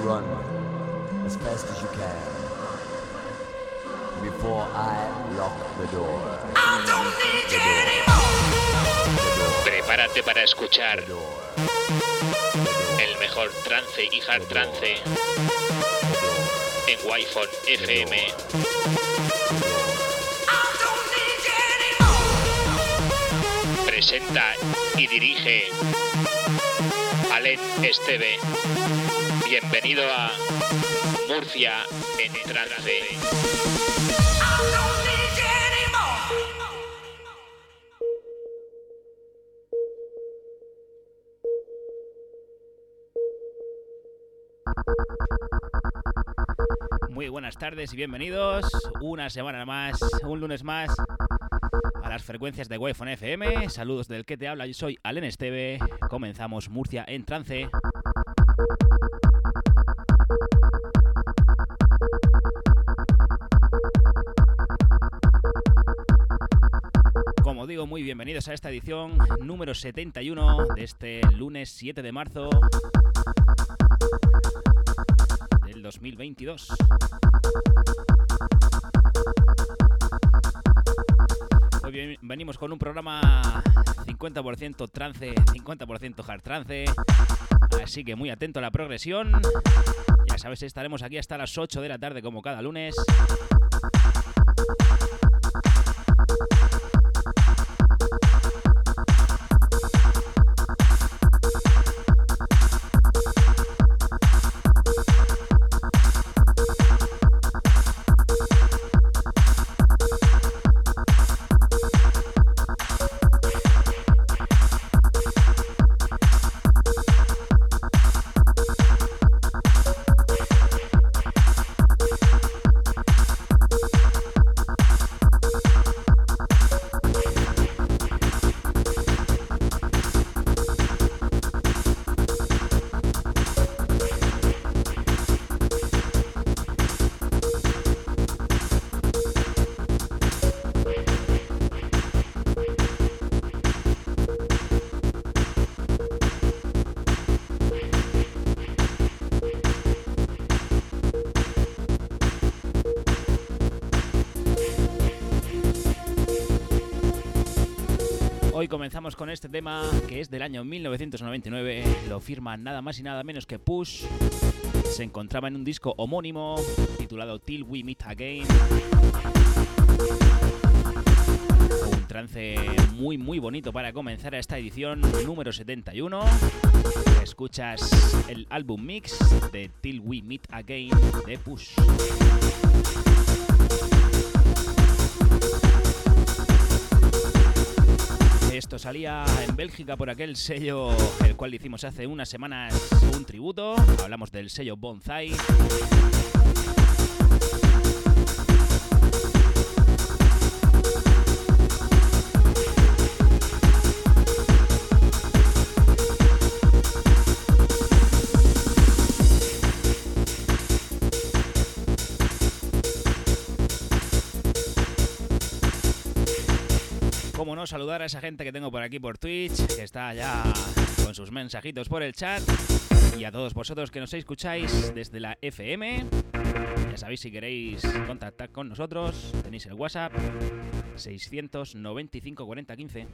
run as fast as you can before I lock the door. I don't need you anymore. Prepárate para escuchar el mejor trance y hard trance en Wi-Fi FM. Presenta y dirige Alen Esteve. Bienvenido a Murcia en trance. Muy buenas tardes y bienvenidos una semana más, un lunes más a las frecuencias de Wi-Fi FM. Saludos del que te habla, yo soy Alen Esteve. Comenzamos Murcia en trance. Como digo, muy bienvenidos a esta edición número 71 de este lunes 7 de marzo del 2022. Hoy venimos con un programa 50% trance, 50% hard trance, así que muy atento a la progresión. Ya sabes, estaremos aquí hasta las 8 de la tarde como cada lunes. Hoy comenzamos con este tema que es del año 1999, lo firma nada más y nada menos que Push. Se encontraba en un disco homónimo titulado Till We Meet Again. Un trance muy bonito para comenzar esta edición número 71. Escuchas el álbum mix de Till We Meet Again de Push. Esto salía en Bélgica por aquel sello el cual hicimos hace unas semanas un tributo. Hablamos del sello Bonsai. Cómo no, saludar a esa gente que tengo por aquí por Twitch, que está ya con sus mensajitos por el chat, y a todos vosotros que nos escucháis desde la FM. Ya sabéis, si queréis contactar con nosotros, tenéis el WhatsApp 695 40 15.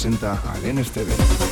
presenta a Len Esteve.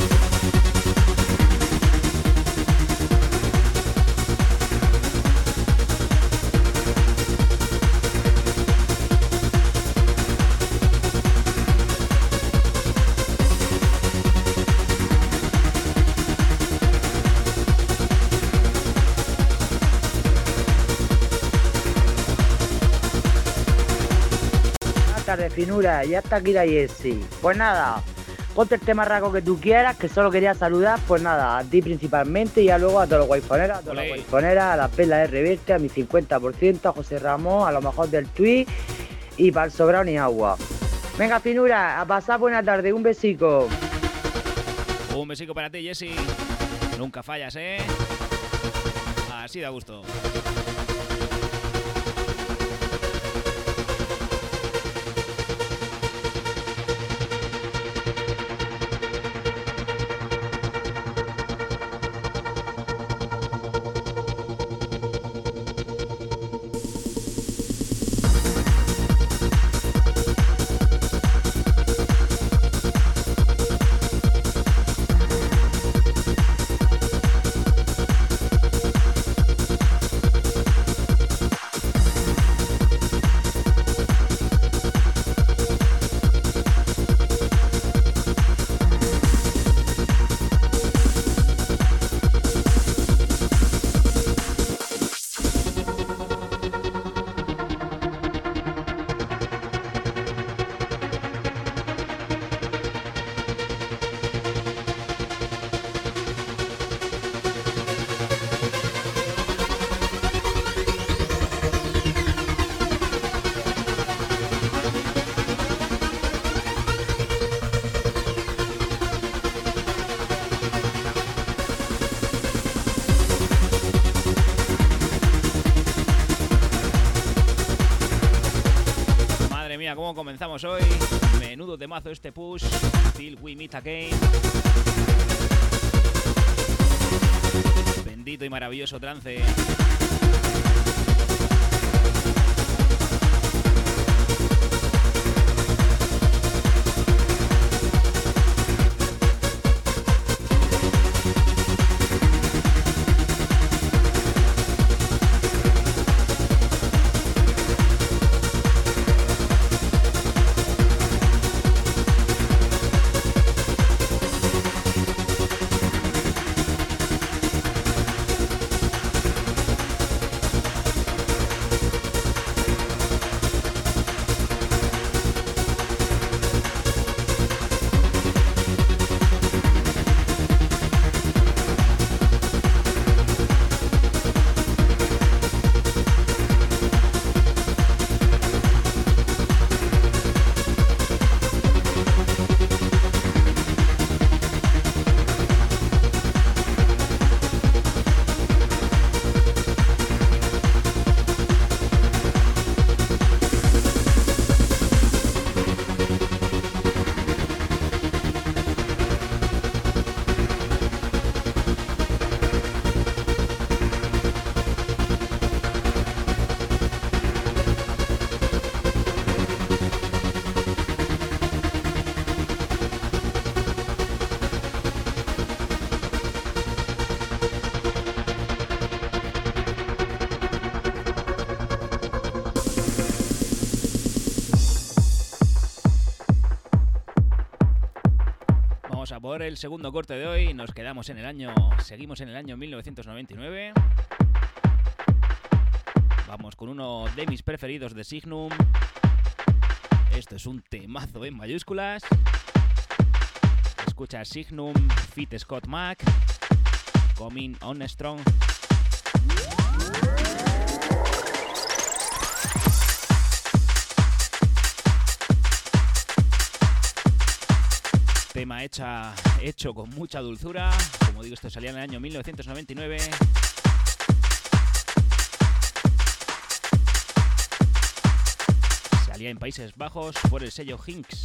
De finura, ya está aquí la Jessie. Pues nada, ponte el tema raco que tú quieras, que solo quería saludar, pues nada, a ti principalmente y ya luego a todos los guayfoneros, a todas las guayfoneras, a las perlas de Reverte, a mi 50%, a José Ramón, a lo mejor del Twitch y para el sobrado ni agua. Venga, finura, a pasar buena tarde, un besico. Un besico para ti, Jessie. Nunca fallas, ¿eh? Así da gusto. ¿Cómo comenzamos hoy? Menudo temazo este push. Till we meet again. Bendito y maravilloso trance. Por el segundo corte de hoy nos quedamos en el año, seguimos en el año 1999. Vamos con uno de mis preferidos de Signum. Esto es un temazo en mayúsculas. Escucha Signum feat. Scott Mac, Coming on Strong. Tema hecho con mucha dulzura. Como digo, esto salía en el año 1999. Salía en Países Bajos por el sello Hinks.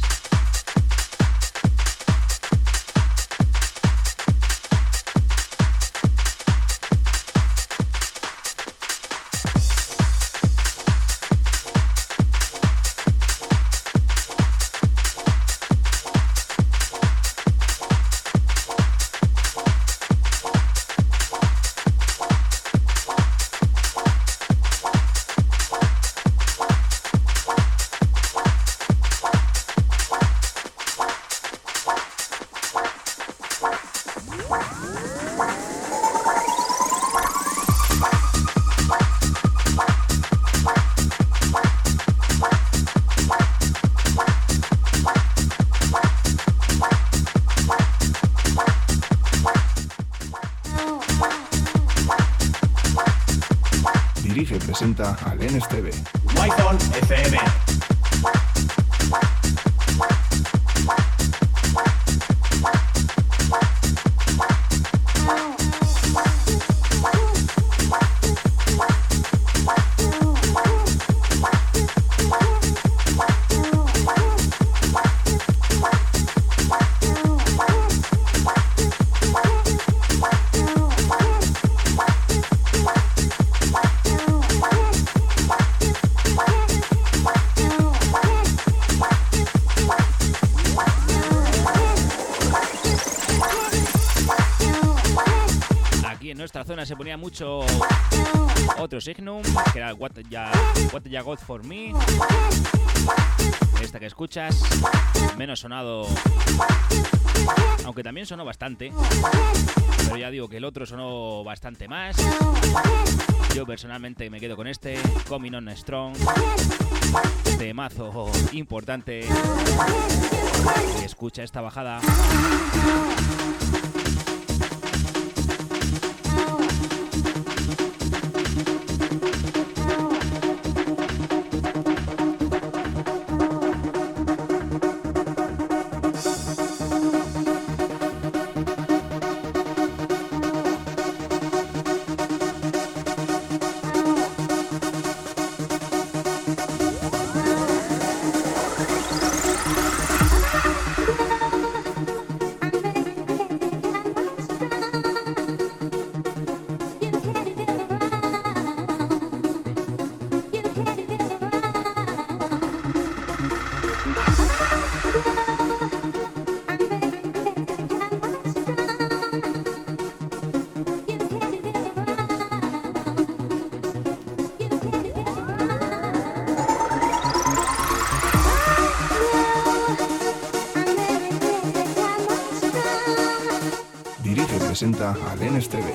presenta al NSTV. Wi-Fi FM. Se ponía mucho otro Signum, que era What Ya Got For Me. Esta que escuchas, menos sonado, aunque también sonó bastante, pero ya digo que el otro sonó bastante más. Yo personalmente me quedo con este, Coming On Strong, temazo importante. Y escucha esta bajada. Presenta al NSTV.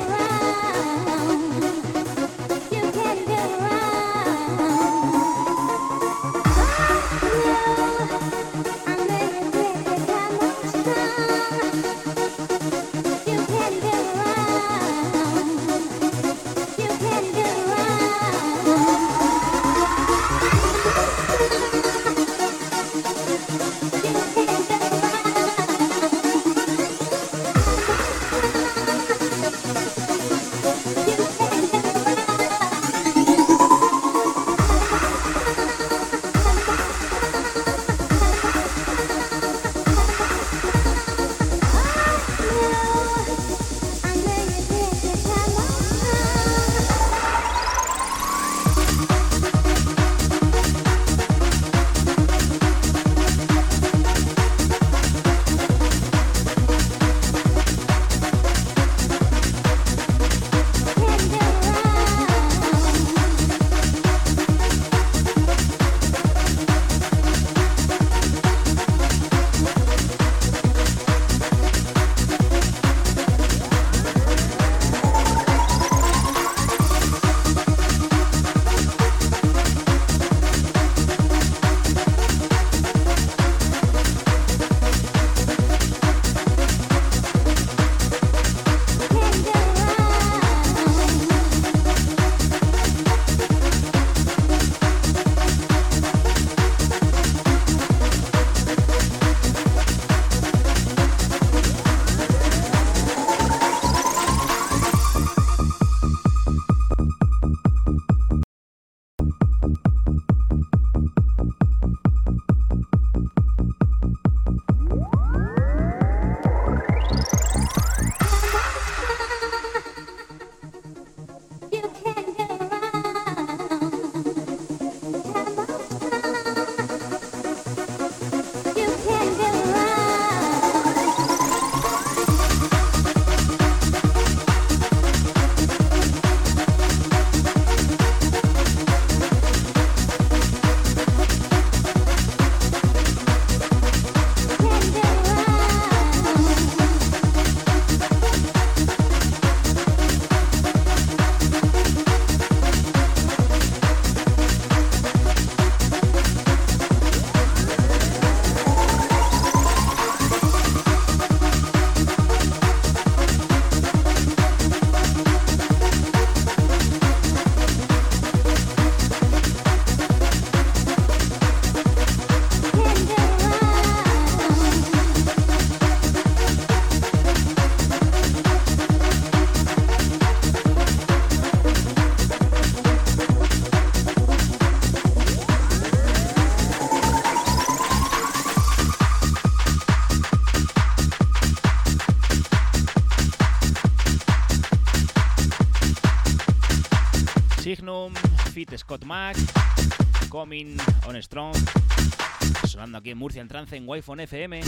feat Scott Mac, Coming on Strong, sonando aquí en Murcia en Trance en Wi-Fi FM.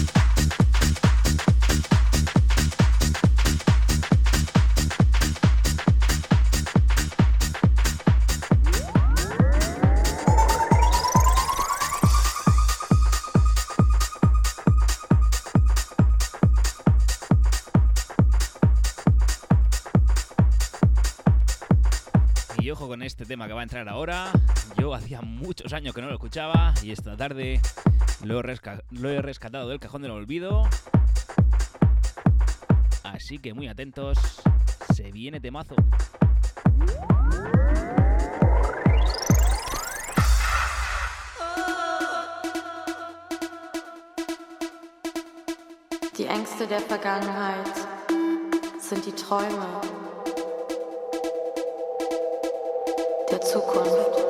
Y ojo con este tema que va a entrar ahora. Yo hacía muchos años que no lo escuchaba y esta tarde lo he rescatado del cajón del olvido. Así que muy atentos, se viene temazo. Die Ängste der Vergangenheit sind die Träume der Zukunft.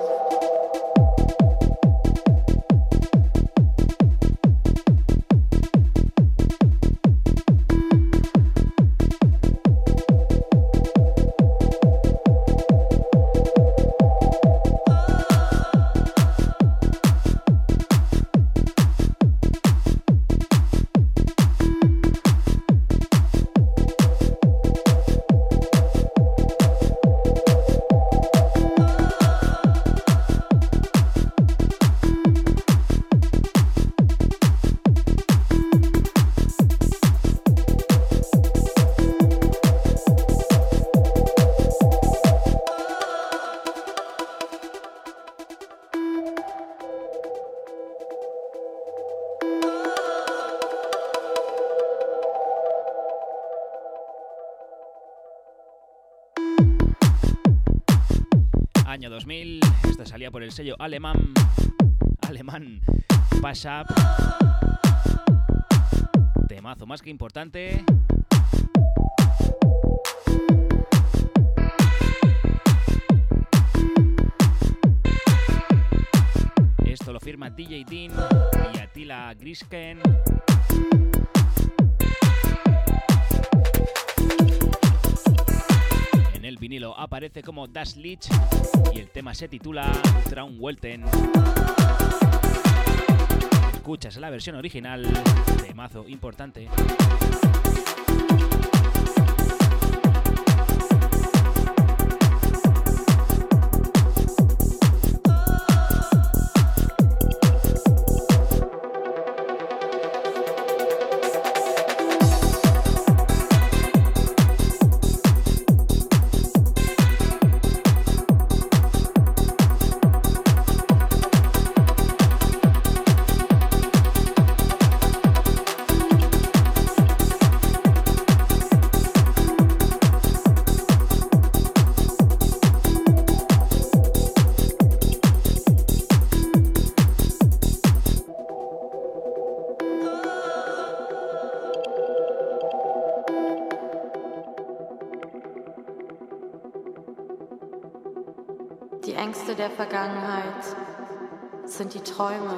Año 2000, esto salía por el sello alemán Pass Up. Temazo más que importante. Esto lo firma DJ Dean y Attila Grisken. En el vinilo aparece como Das Licht y el tema se titula Traumwelten. Escuchas la versión original, temazo importante. Die Ängste der Vergangenheit sind die Träume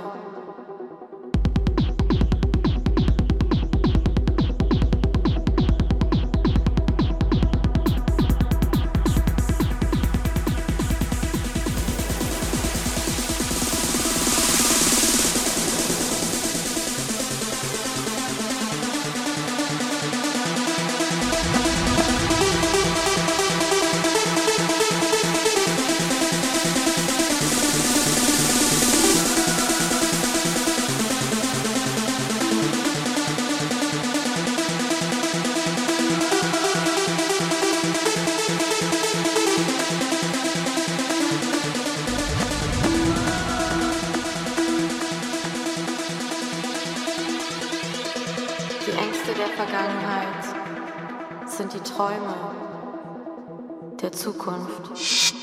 sind die Träume der Zukunft.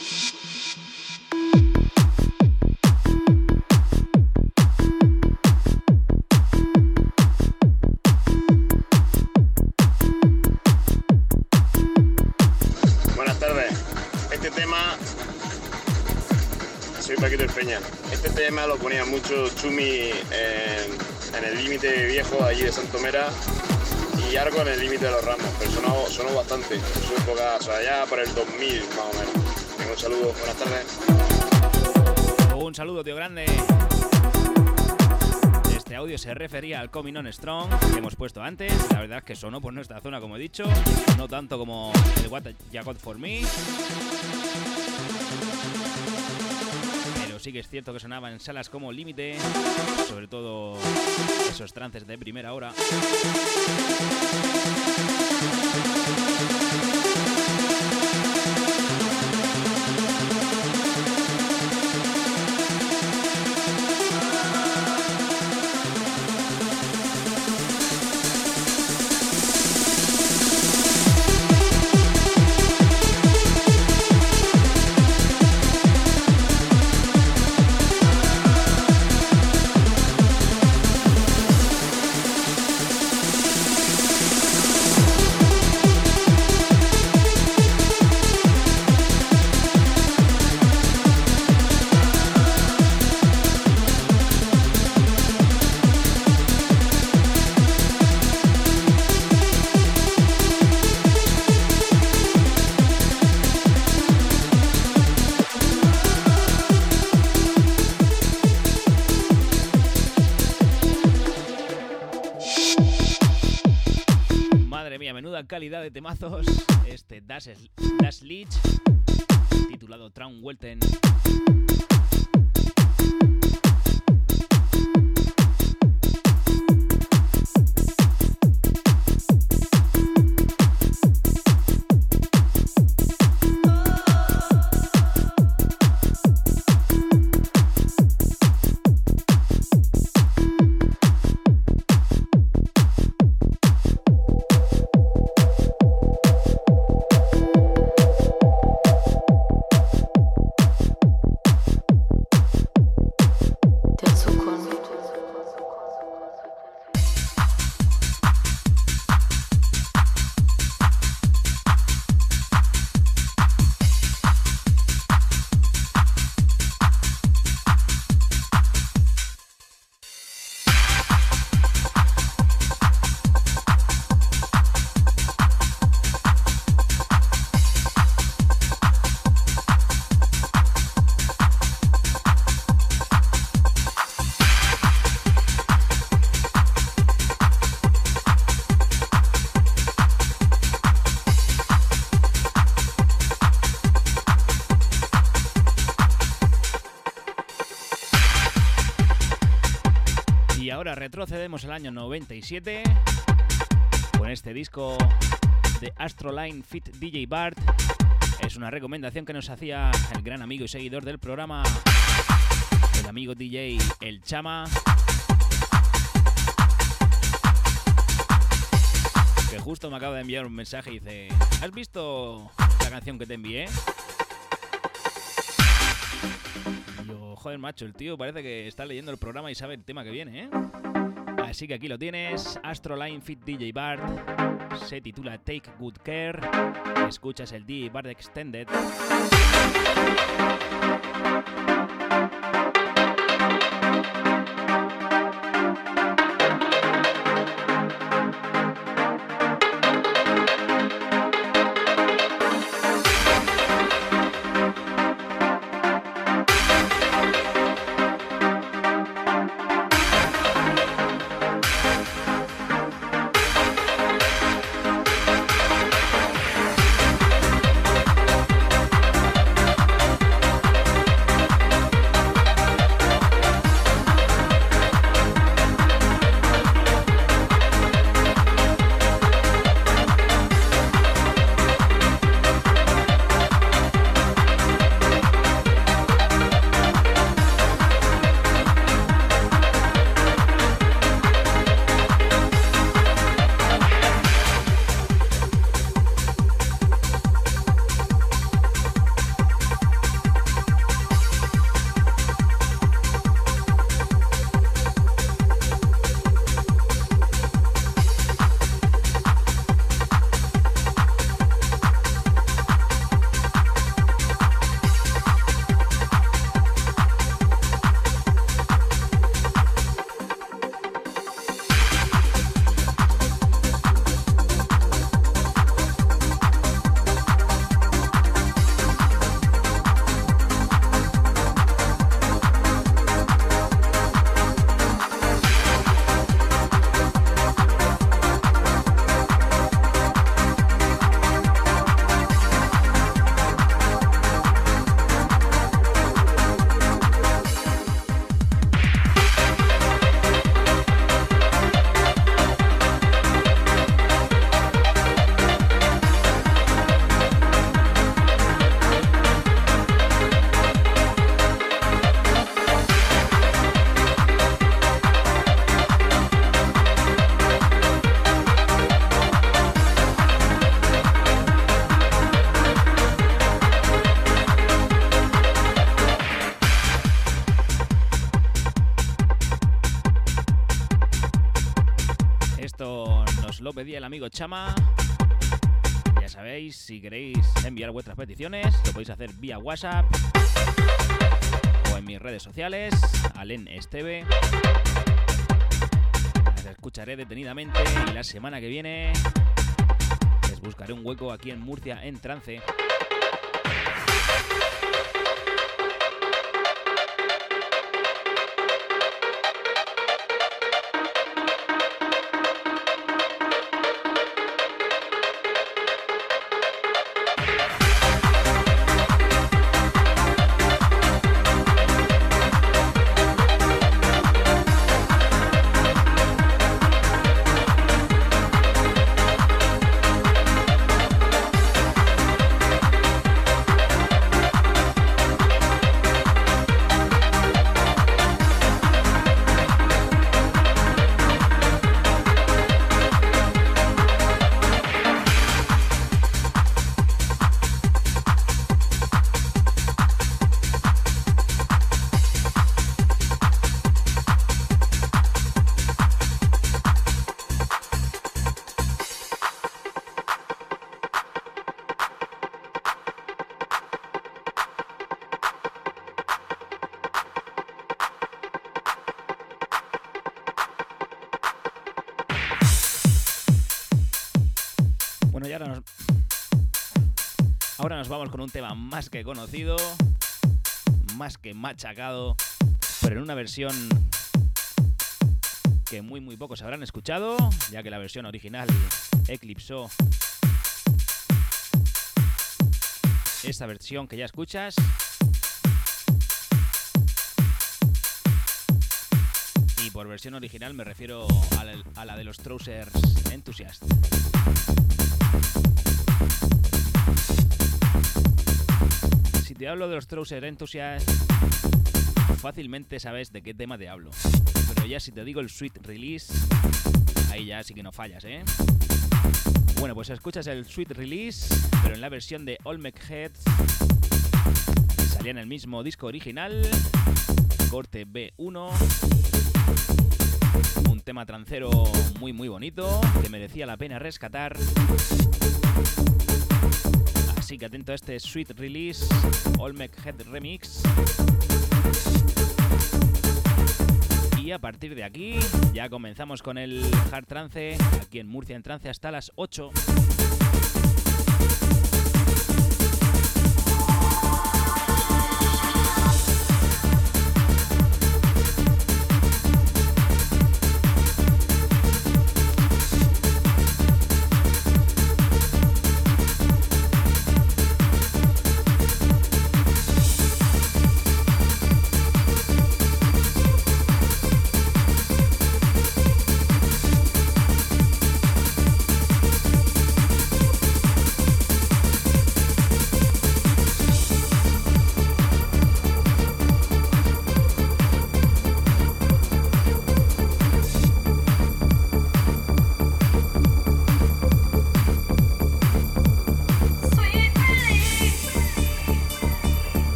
Buenas tardes. Este tema... Soy Paquito El Peña. Este tema lo ponía mucho Chumi en el límite viejo allí de Santomera y algo en el límite de los Ramos, pero sonó bastante en su época, o sea, ya por el 2000 más o menos. Venga, un saludo, buenas tardes. Un saludo, tío grande. Este audio se refería al Coming On Strong que hemos puesto antes. La verdad es que sonó por nuestra zona, como he dicho. No tanto como el What You Got For Me. Pero sí que es cierto que sonaba en salas como Límite. Sobre todo esos trances de primera hora. Calidad de temazos, este Das Lich, titulado Traum Welten. Retrocedemos al año 97 con este disco de Astroline Fit DJ Bart. Es una recomendación que nos hacía el gran amigo y seguidor del programa, el amigo DJ El Chama, que justo me acaba de enviar un mensaje y dice: ¿has visto la canción que te envié? Y yo, joder macho, el tío parece que está leyendo el programa y sabe el tema que viene, ¿eh? Así que aquí lo tienes, Astroline Fit DJ Bart, se titula Take Good Care, escuchas el DJ Bart Extended. lo pedía el amigo Chama. Ya sabéis, si queréis enviar vuestras peticiones, lo podéis hacer vía WhatsApp o en mis redes sociales, Alen Esteve. Las escucharé detenidamente y la semana que viene les buscaré un hueco aquí en Murcia en trance. Bueno, y ahora nos vamos con un tema más que conocido, más que machacado, pero en una versión que muy pocos habrán escuchado, ya que la versión original eclipsó esta versión que ya escuchas. Y por versión original me refiero a la de los Trousers Enthusiast. Si te hablo de los Trousers Enthusiast, fácilmente sabes de qué tema te hablo. Pero ya si te digo el Sweet Release, ahí ya sí que no fallas, ¿eh? Bueno, pues escuchas el Sweet Release, pero en la versión de Olmec Heads. Salía en el mismo disco original, corte B1. Un tema trancero muy bonito, que merecía la pena rescatar. Así que atento a este Sweet Release Olmec Head Remix. Y a partir de aquí ya comenzamos con el Hard Trance, aquí en Murcia en Trance hasta las 8.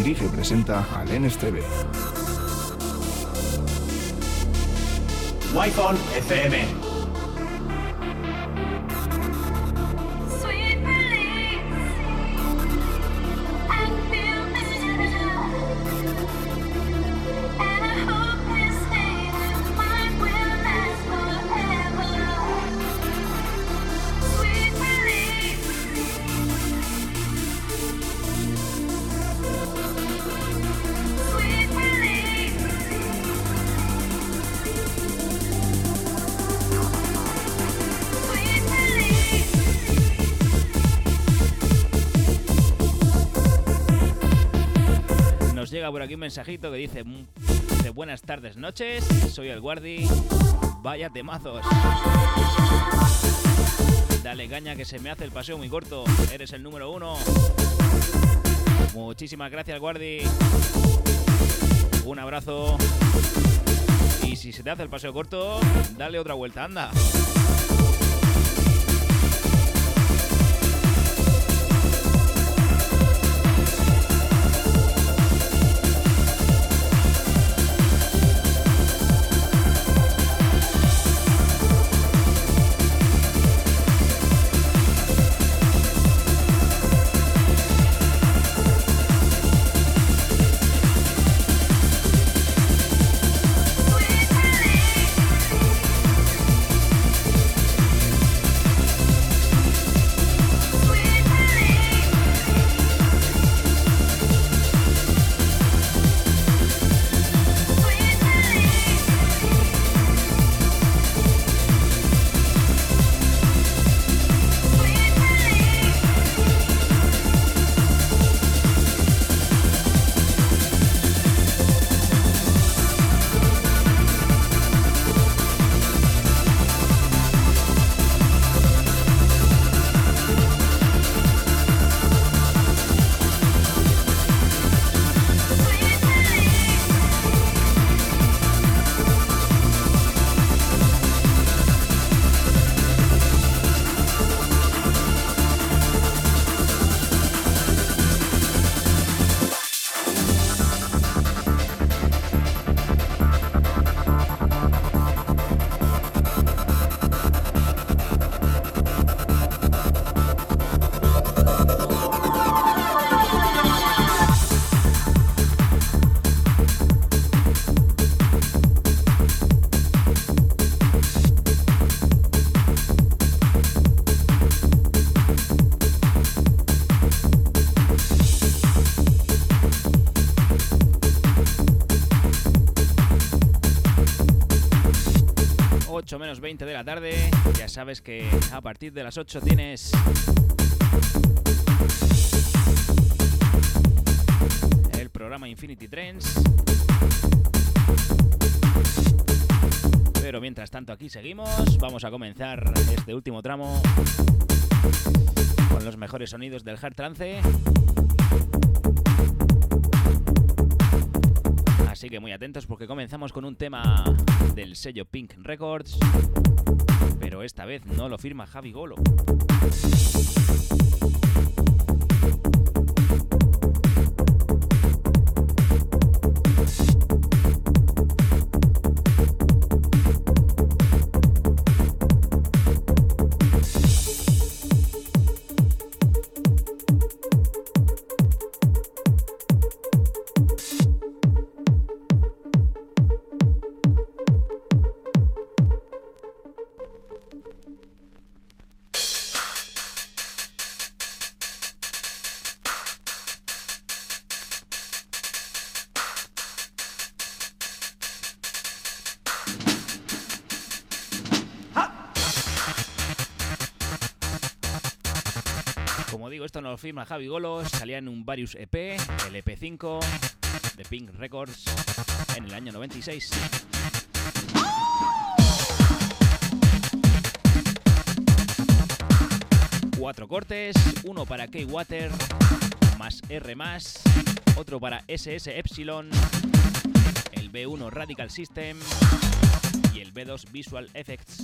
Dirige y presenta al NSTV. Wi-Fi FM. Llega por aquí un mensajito que dice buenas tardes, noches, soy el Guardi, vaya temazos. Dale caña que se me hace el paseo muy corto, eres el número 1. Muchísimas gracias, Guardi. Un abrazo. Y si se te hace el paseo corto, dale otra vuelta, anda. Menos 20 de la tarde, ya sabes que a partir de las 8 tienes el programa Infinity Trends, pero mientras tanto aquí seguimos, vamos a comenzar este último tramo con los mejores sonidos del hard trance. Así que muy atentos porque comenzamos con un tema del sello Pink Records, pero esta vez no lo firma Javi Golo. Esto nos lo firma Javi Golo, salía en un Various EP, el EP5 de Pink Records en el año 96. Cuatro cortes, uno para K-Water más R+, otro para SS Epsilon, el B1 Radical System y el B2 Visual Effects.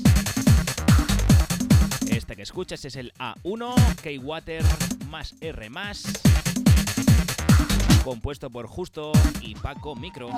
Este que escuchas es el A1, K-Water más R+. compuesto por Justo y Paco Micro.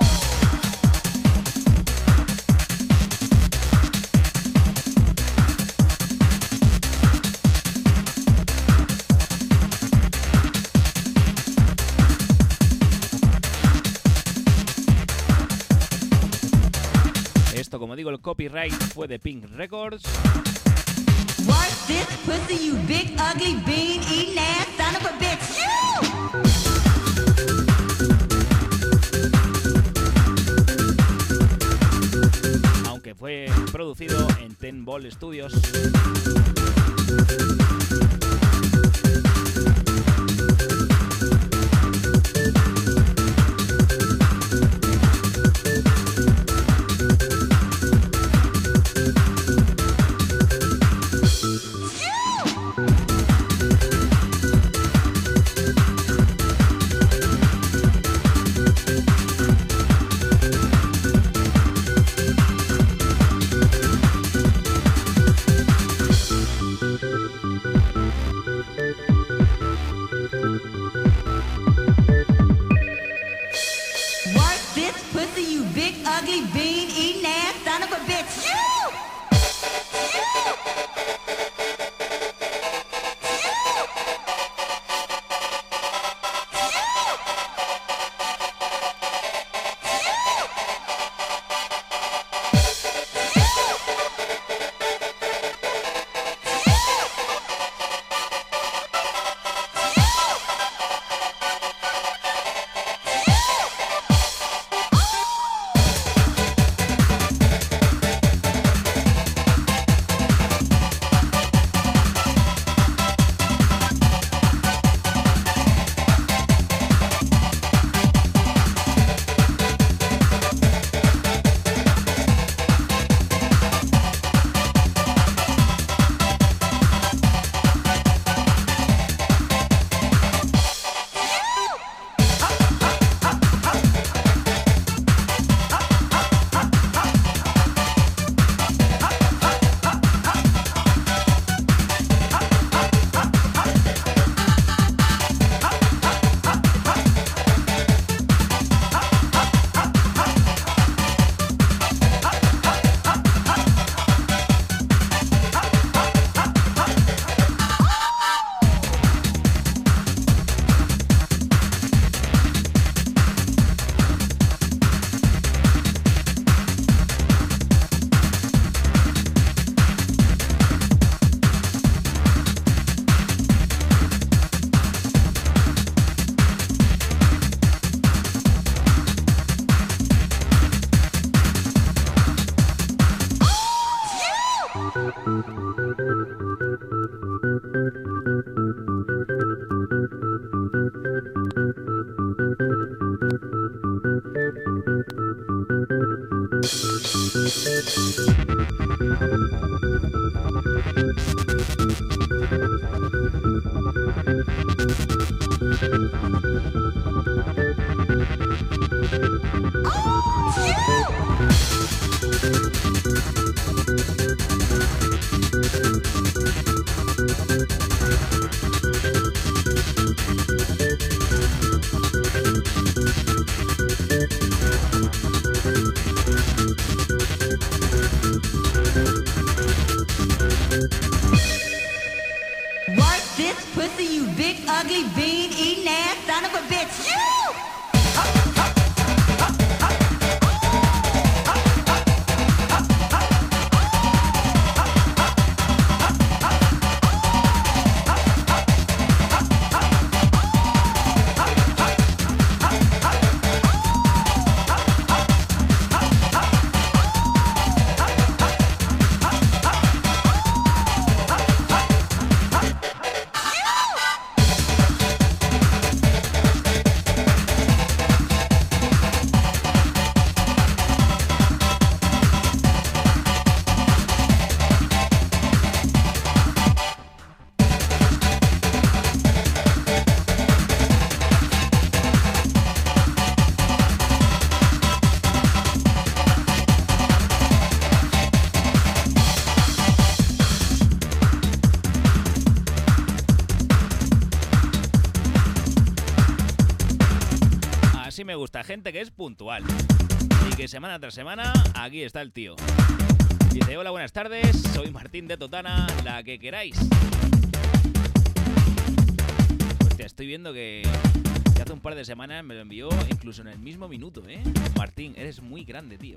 Esto, como digo, el copyright fue de Pink Records. Work this pussy, you big ugly bean eating ass son of a bitch. Aunque fue producido en Ten Ball Studios. así me gusta, gente que es puntual. Y que semana tras semana, aquí está el tío. Dice, hola, buenas tardes, soy Martín de Totana, la que queráis. Hostia, estoy viendo que hace un par de semanas me lo envió incluso en el mismo minuto, ¿eh? Martín, eres muy grande, tío.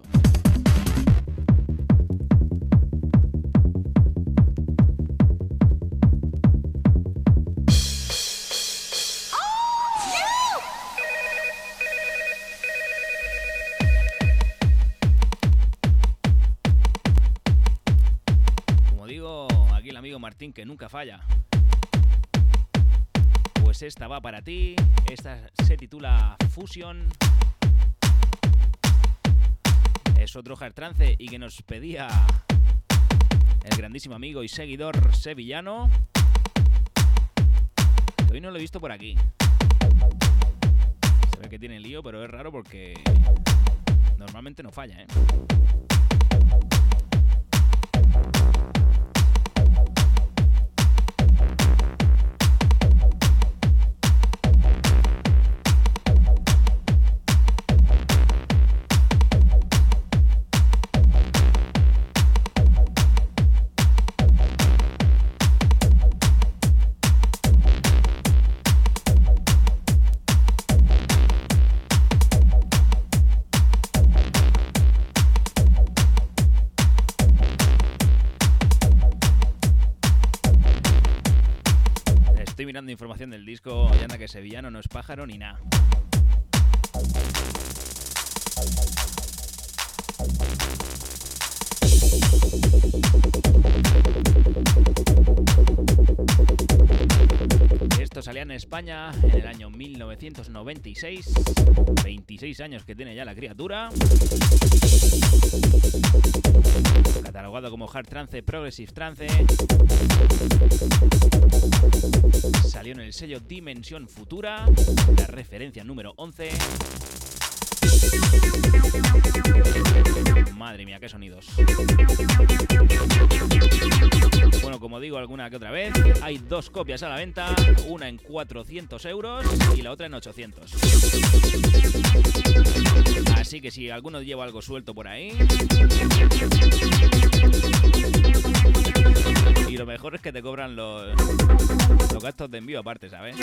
Martín, que nunca falla. Pues esta va para ti. Esta se titula Fusion. Es otro hard trance y que nos pedía el grandísimo amigo y seguidor sevillano. Hoy no lo he visto por aquí. Se ve que tiene lío, pero es raro porque normalmente no falla, ¿eh? Estoy mirando información del disco y anda que sevillano no es pájaro ni nada. Esto salía en España en el año 1996. 26 años que tiene ya la criatura. Catalogado como hard trance, progressive trance. Salió en el sello Dimensión Futura, la referencia número 11. Madre mía, qué sonidos. Bueno, como digo alguna que otra vez, hay dos copias a la venta, una en 400 euros y la otra en 800. Así que si alguno lleva algo suelto por ahí... Y lo mejor es que te cobran los gastos de envío aparte, ¿sabes?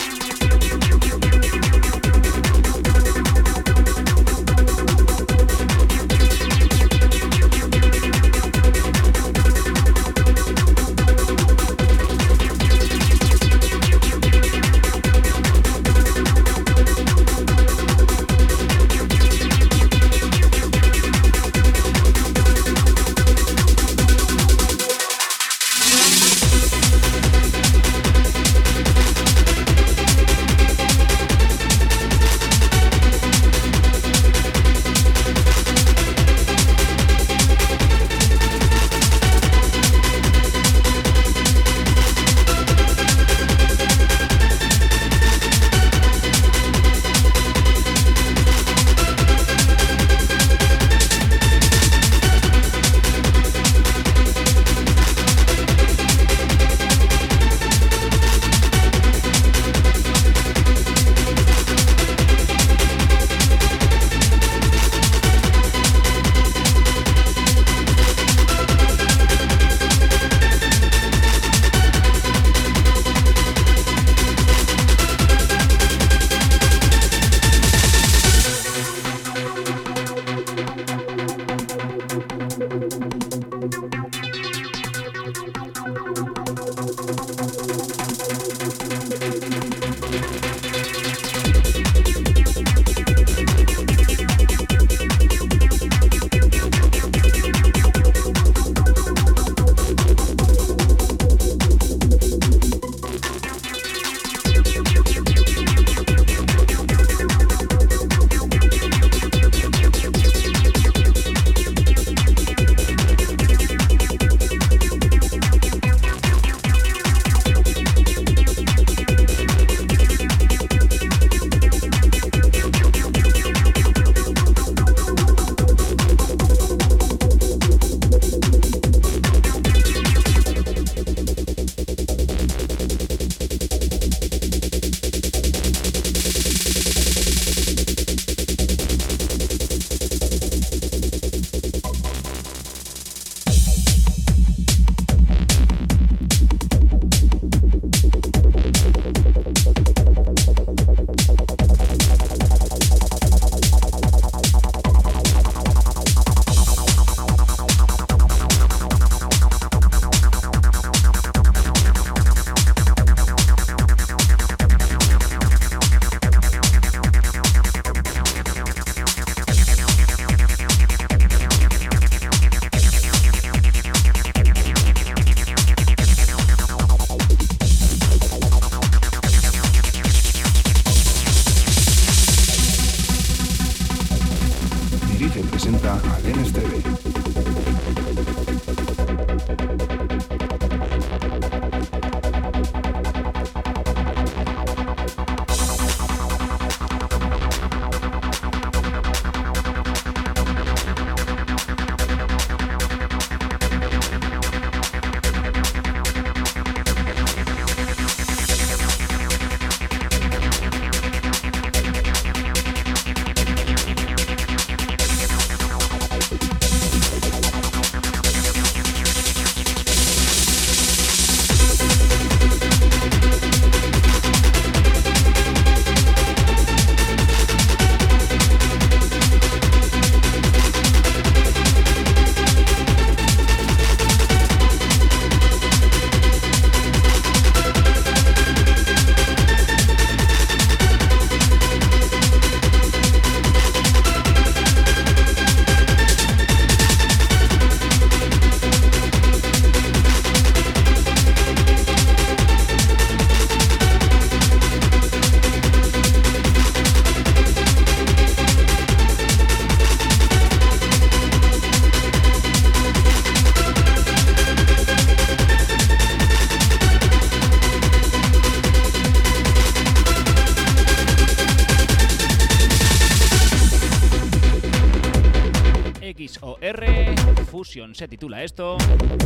se titula esto.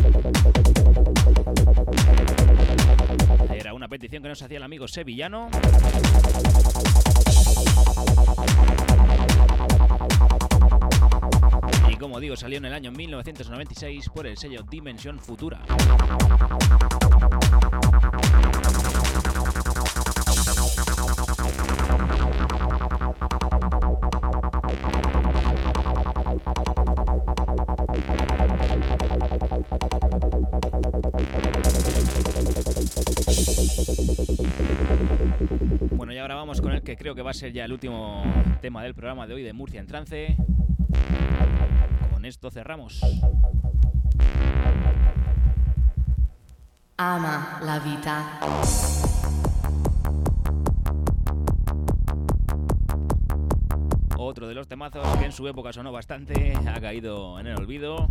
Era una petición que nos hacía el amigo sevillano. Y como digo, salió en el año 1996 por el sello Dimensión Futura. Bueno, y ahora vamos con el que creo que va a ser ya el último tema del programa de hoy de Murcia en Trance. Con esto cerramos. Ama la vita. Otro de los temazos que en su época sonó bastante, ha caído en el olvido.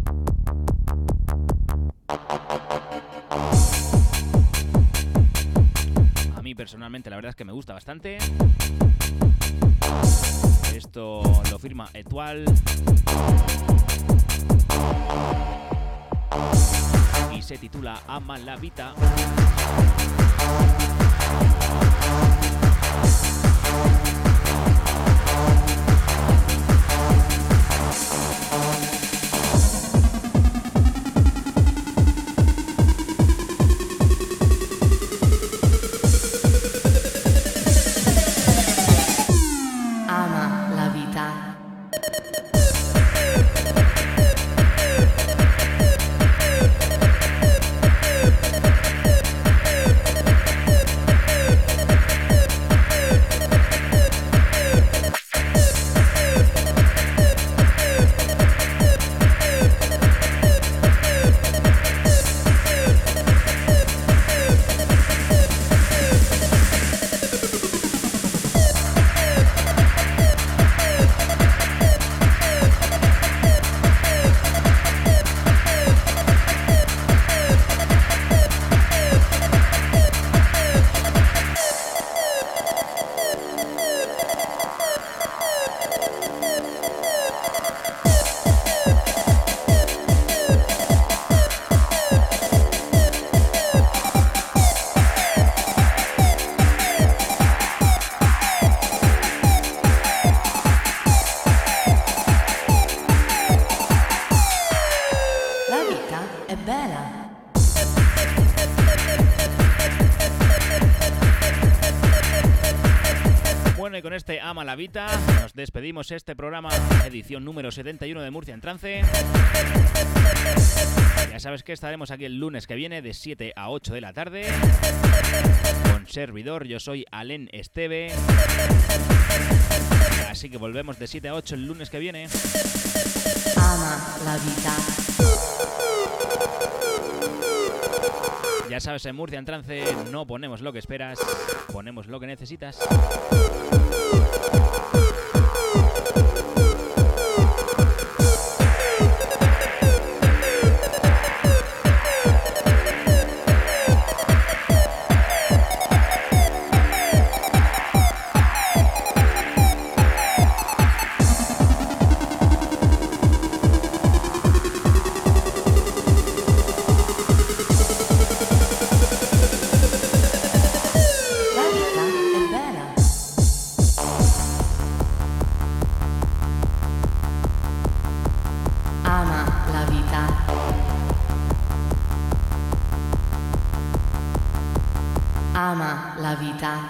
A mí personalmente la verdad es que me gusta bastante. Esto lo firma Etoile y se titula Ama la Vita. Con este Ama la Vita nos despedimos este programa, edición número 71 de Murcia en Trance. Ya sabes que estaremos aquí el lunes que viene de 7 a 8 de la tarde con servidor. Yo soy Alen Esteve, así que volvemos de 7 a 8 el lunes que viene. Ama la Vita. Ya sabes, en Murcia en Trance no ponemos lo que esperas, ponemos lo que necesitas. Ama la vita.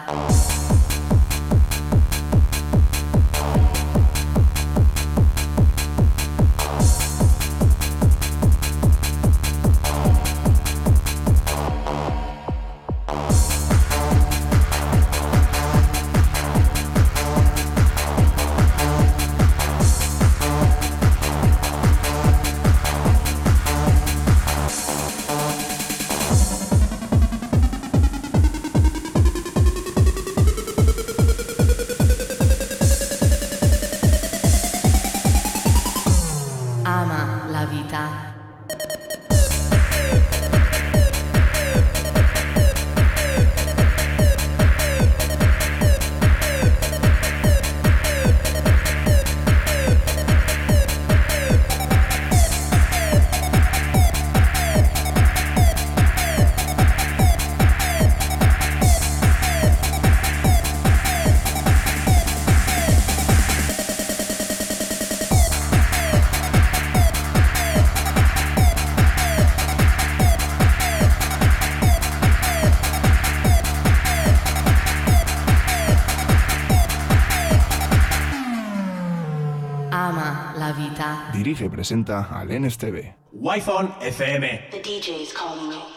Dirige y presenta Alen Esteve. Wi-Fi FM. The DJ is calling me.